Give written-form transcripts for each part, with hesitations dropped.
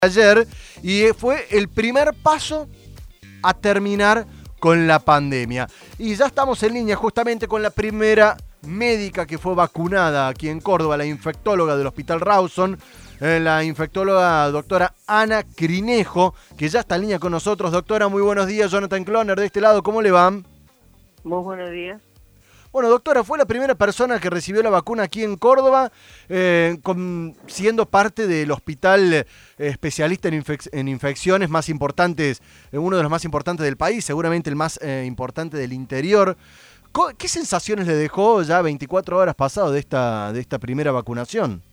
ayer y fue el primer paso a terminar con la pandemia. Y ya estamos en línea justamente con la primera médica que fue vacunada aquí en Córdoba, la infectóloga del Hospital Rawson, la infectóloga doctora Ana Crinejo, que ya está en línea con nosotros. Doctora, muy buenos días. Jonathan Cloner de este lado, ¿cómo le van? Muy buenos días. Bueno, doctora, fue la primera persona que recibió la vacuna aquí en Córdoba, siendo parte del hospital especialista en infecciones más importantes, uno de los más importantes del país, seguramente el más importante del interior. ¿Qué sensaciones le dejó ya 24 horas pasado de esta primera vacunación?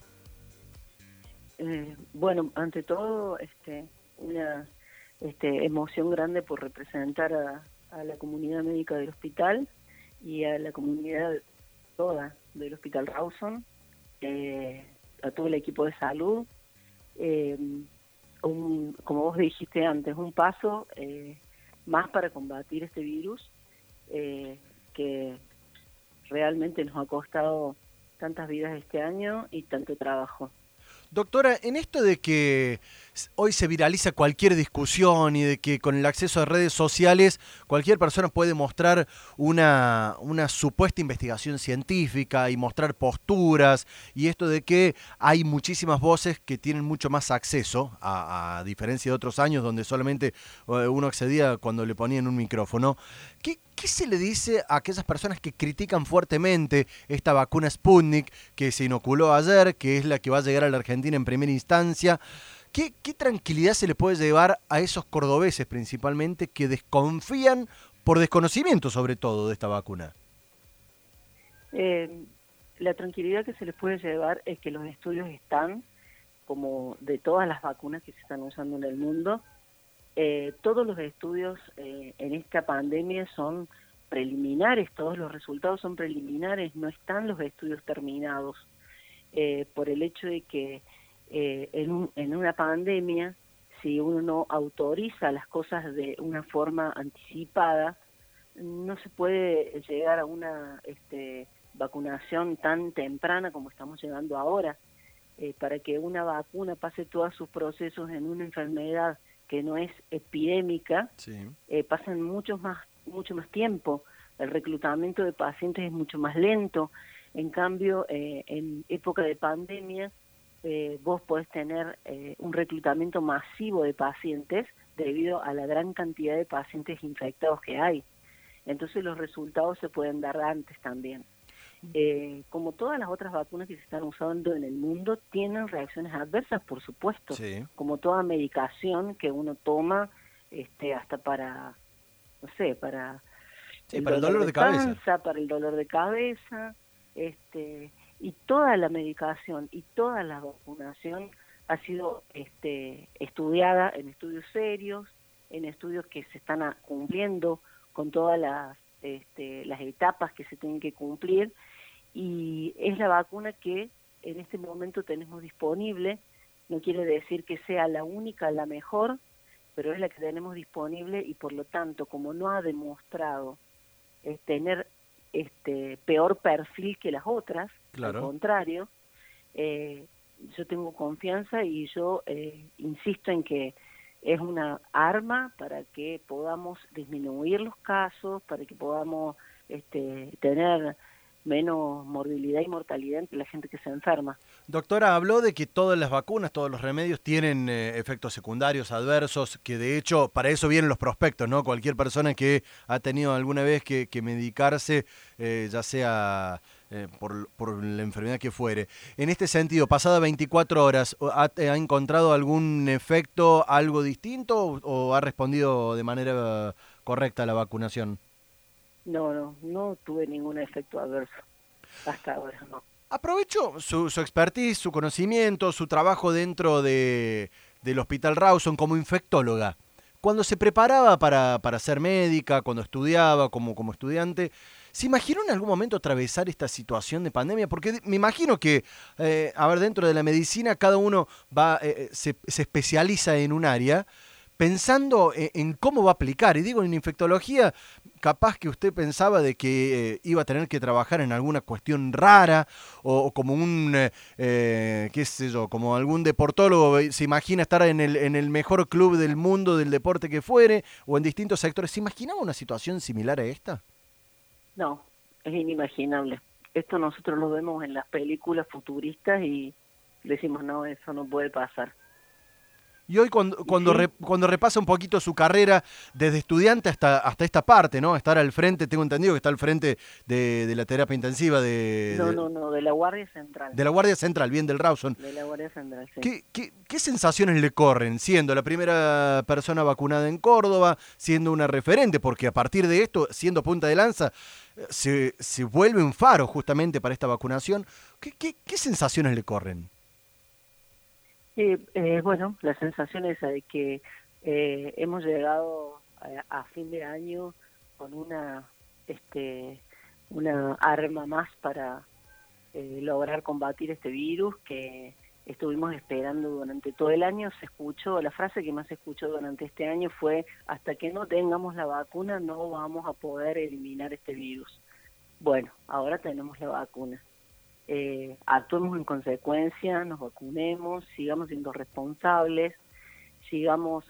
Bueno, ante todo, una emoción grande por representar a la comunidad médica del hospital y a la comunidad toda del Hospital Rawson, a todo el equipo de salud. Como vos dijiste antes, un paso más para combatir este virus que realmente nos ha costado tantas vidas este año y tanto trabajo. Doctora, en esto de que hoy se viraliza cualquier discusión y de que con el acceso a redes sociales cualquier persona puede mostrar una supuesta investigación científica y mostrar posturas, y esto de que hay muchísimas voces que tienen mucho más acceso, a diferencia de otros años donde solamente uno accedía cuando le ponían un micrófono. ¿Qué se le dice a aquellas personas que critican fuertemente esta vacuna Sputnik que se inoculó ayer, que es la que va a llegar a la Argentina en primera instancia? ¿Qué tranquilidad se le puede llevar a esos cordobeses principalmente que desconfían por desconocimiento sobre todo de esta vacuna? La tranquilidad que se les puede llevar es que los estudios están, como de todas las vacunas que se están usando en el mundo. Todos los estudios en esta pandemia son preliminares, todos los resultados son preliminares, no están los estudios terminados, por el hecho de que en una pandemia, si uno no autoriza las cosas de una forma anticipada, no se puede llegar a una vacunación tan temprana como estamos llegando ahora. Para que una vacuna pase todos sus procesos en una enfermedad que no es epidémica, sí, pasan mucho más tiempo. El reclutamiento de pacientes es mucho más lento. En cambio, en época de pandemia, vos podés tener un reclutamiento masivo de pacientes debido a la gran cantidad de pacientes infectados que hay. Entonces los resultados se pueden dar antes también. Como todas las otras vacunas que se están usando en el mundo, tienen reacciones adversas, por supuesto, sí, como toda medicación que uno toma, hasta para, no sé, para, sí, para el dolor de cabeza, para el dolor de cabeza, y toda la medicación y toda la vacunación ha sido estudiada en estudios serios, en estudios que se están cumpliendo con todas las etapas que se tienen que cumplir, y es la vacuna que en este momento tenemos disponible. No quiere decir que sea la única, la mejor, pero es la que tenemos disponible, y por lo tanto, como no ha demostrado tener peor perfil que las otras, claro, al contrario, yo tengo confianza y yo insisto en que es una arma para que podamos disminuir los casos, para que podamos tener menos morbilidad y mortalidad entre la gente que se enferma. Doctora, habló de que todas las vacunas, todos los remedios tienen efectos secundarios, adversos, que de hecho para eso vienen los prospectos, ¿no? Cualquier persona que ha tenido alguna vez que medicarse, ya sea por la enfermedad que fuere. En este sentido, pasadas 24 horas, ¿ha encontrado algún efecto, algo distinto, o ha respondido de manera correcta a la vacunación? No tuve ningún efecto adverso, hasta ahora no. Aprovecho su expertise, su conocimiento, su trabajo dentro del Hospital Rawson como infectóloga. Cuando se preparaba para ser médica, cuando estudiaba como estudiante, ¿se imaginó en algún momento atravesar esta situación de pandemia? Porque me imagino que, dentro de la medicina cada uno se especializa en un área, pensando en cómo va a aplicar. Y digo, en infectología, capaz que usted pensaba de que iba a tener que trabajar en alguna cuestión rara o como un, qué sé yo, como algún deportólogo se imagina estar en el mejor club del mundo del deporte que fuere o en distintos sectores. ¿Se imaginaba una situación similar a esta? No, es inimaginable. Esto nosotros lo vemos en las películas futuristas y decimos, no, eso no puede pasar. Y hoy cuando repasa un poquito su carrera desde estudiante hasta esta parte, ¿no? Estar al frente, tengo entendido que está al frente de la terapia intensiva No, de la Guardia Central. De la Guardia Central, bien del Rawson. De la Guardia Central, sí. ¿Qué sensaciones le corren siendo la primera persona vacunada en Córdoba, siendo una referente? Porque a partir de esto, siendo punta de lanza, se vuelve un faro justamente para esta vacunación. ¿Qué sensaciones le corren? Bueno, la sensación es de que hemos llegado a fin de año con una arma más para lograr combatir este virus que estuvimos esperando durante todo el año. La frase que más se escuchó durante este año fue: hasta que no tengamos la vacuna no vamos a poder eliminar este virus. Bueno, ahora tenemos la vacuna. Actuemos en consecuencia, nos vacunemos, sigamos siendo responsables, sigamos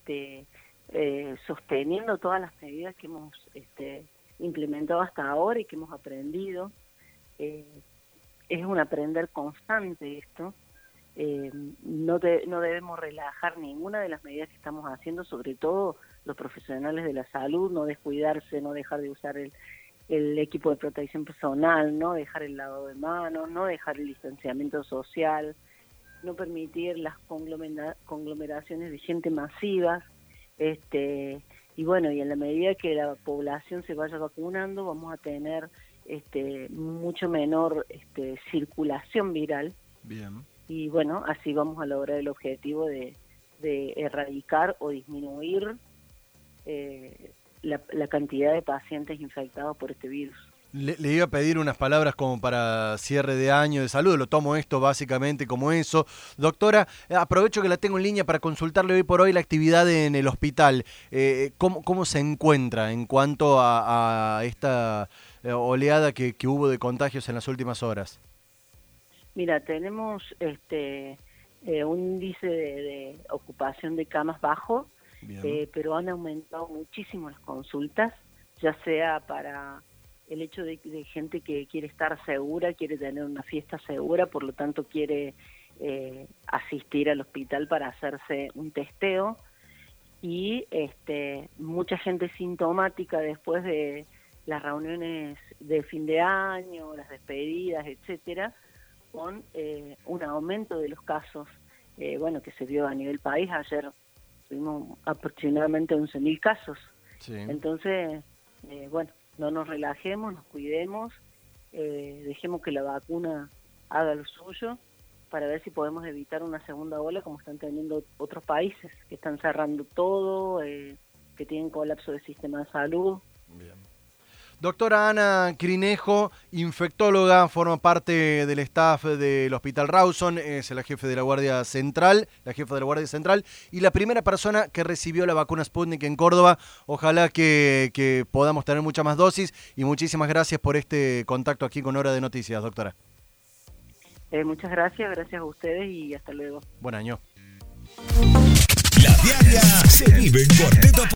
sosteniendo todas las medidas que hemos implementado hasta ahora y que hemos aprendido. Es un aprender constante esto. No debemos relajar ninguna de las medidas que estamos haciendo, sobre todo los profesionales de la salud, no descuidarse, no dejar de usar el equipo de protección personal, no dejar el lavado de manos, no dejar el distanciamiento social, no permitir las conglomeraciones de gente masivas, y bueno, y en la medida que la población se vaya vacunando vamos a tener mucho menor circulación viral. Bien. Y bueno, así vamos a lograr el objetivo de erradicar o disminuir la cantidad de pacientes infectados por este virus. Le iba a pedir unas palabras como para cierre de año de salud, lo tomo esto básicamente como eso. Doctora, aprovecho que la tengo en línea para consultarle hoy por hoy la actividad en el hospital. ¿Cómo se encuentra en cuanto a esta oleada que hubo de contagios en las últimas horas? Mira, tenemos un índice de ocupación de camas bajo, pero han aumentado muchísimo las consultas, ya sea para el hecho de gente que quiere estar segura, quiere tener una fiesta segura, por lo tanto quiere asistir al hospital para hacerse un testeo, y mucha gente sintomática después de las reuniones de fin de año, las despedidas, etcétera, con un aumento de los casos, que se vio a nivel país. Ayer tuvimos aproximadamente 11.000 casos. Sí. Entonces, no nos relajemos, nos cuidemos, dejemos que la vacuna haga lo suyo para ver si podemos evitar una segunda ola como están teniendo otros países, que están cerrando todo, que tienen colapso del sistema de salud. Bien. Doctora Ana Crinejo, infectóloga, forma parte del staff del Hospital Rawson, es la jefe de la Guardia Central, y la primera persona que recibió la vacuna Sputnik en Córdoba. Ojalá que podamos tener muchas más dosis, y muchísimas gracias por este contacto aquí con Hora de Noticias, doctora. Muchas gracias a ustedes y hasta luego. Buen año. La diaria se vive en Cuarteto.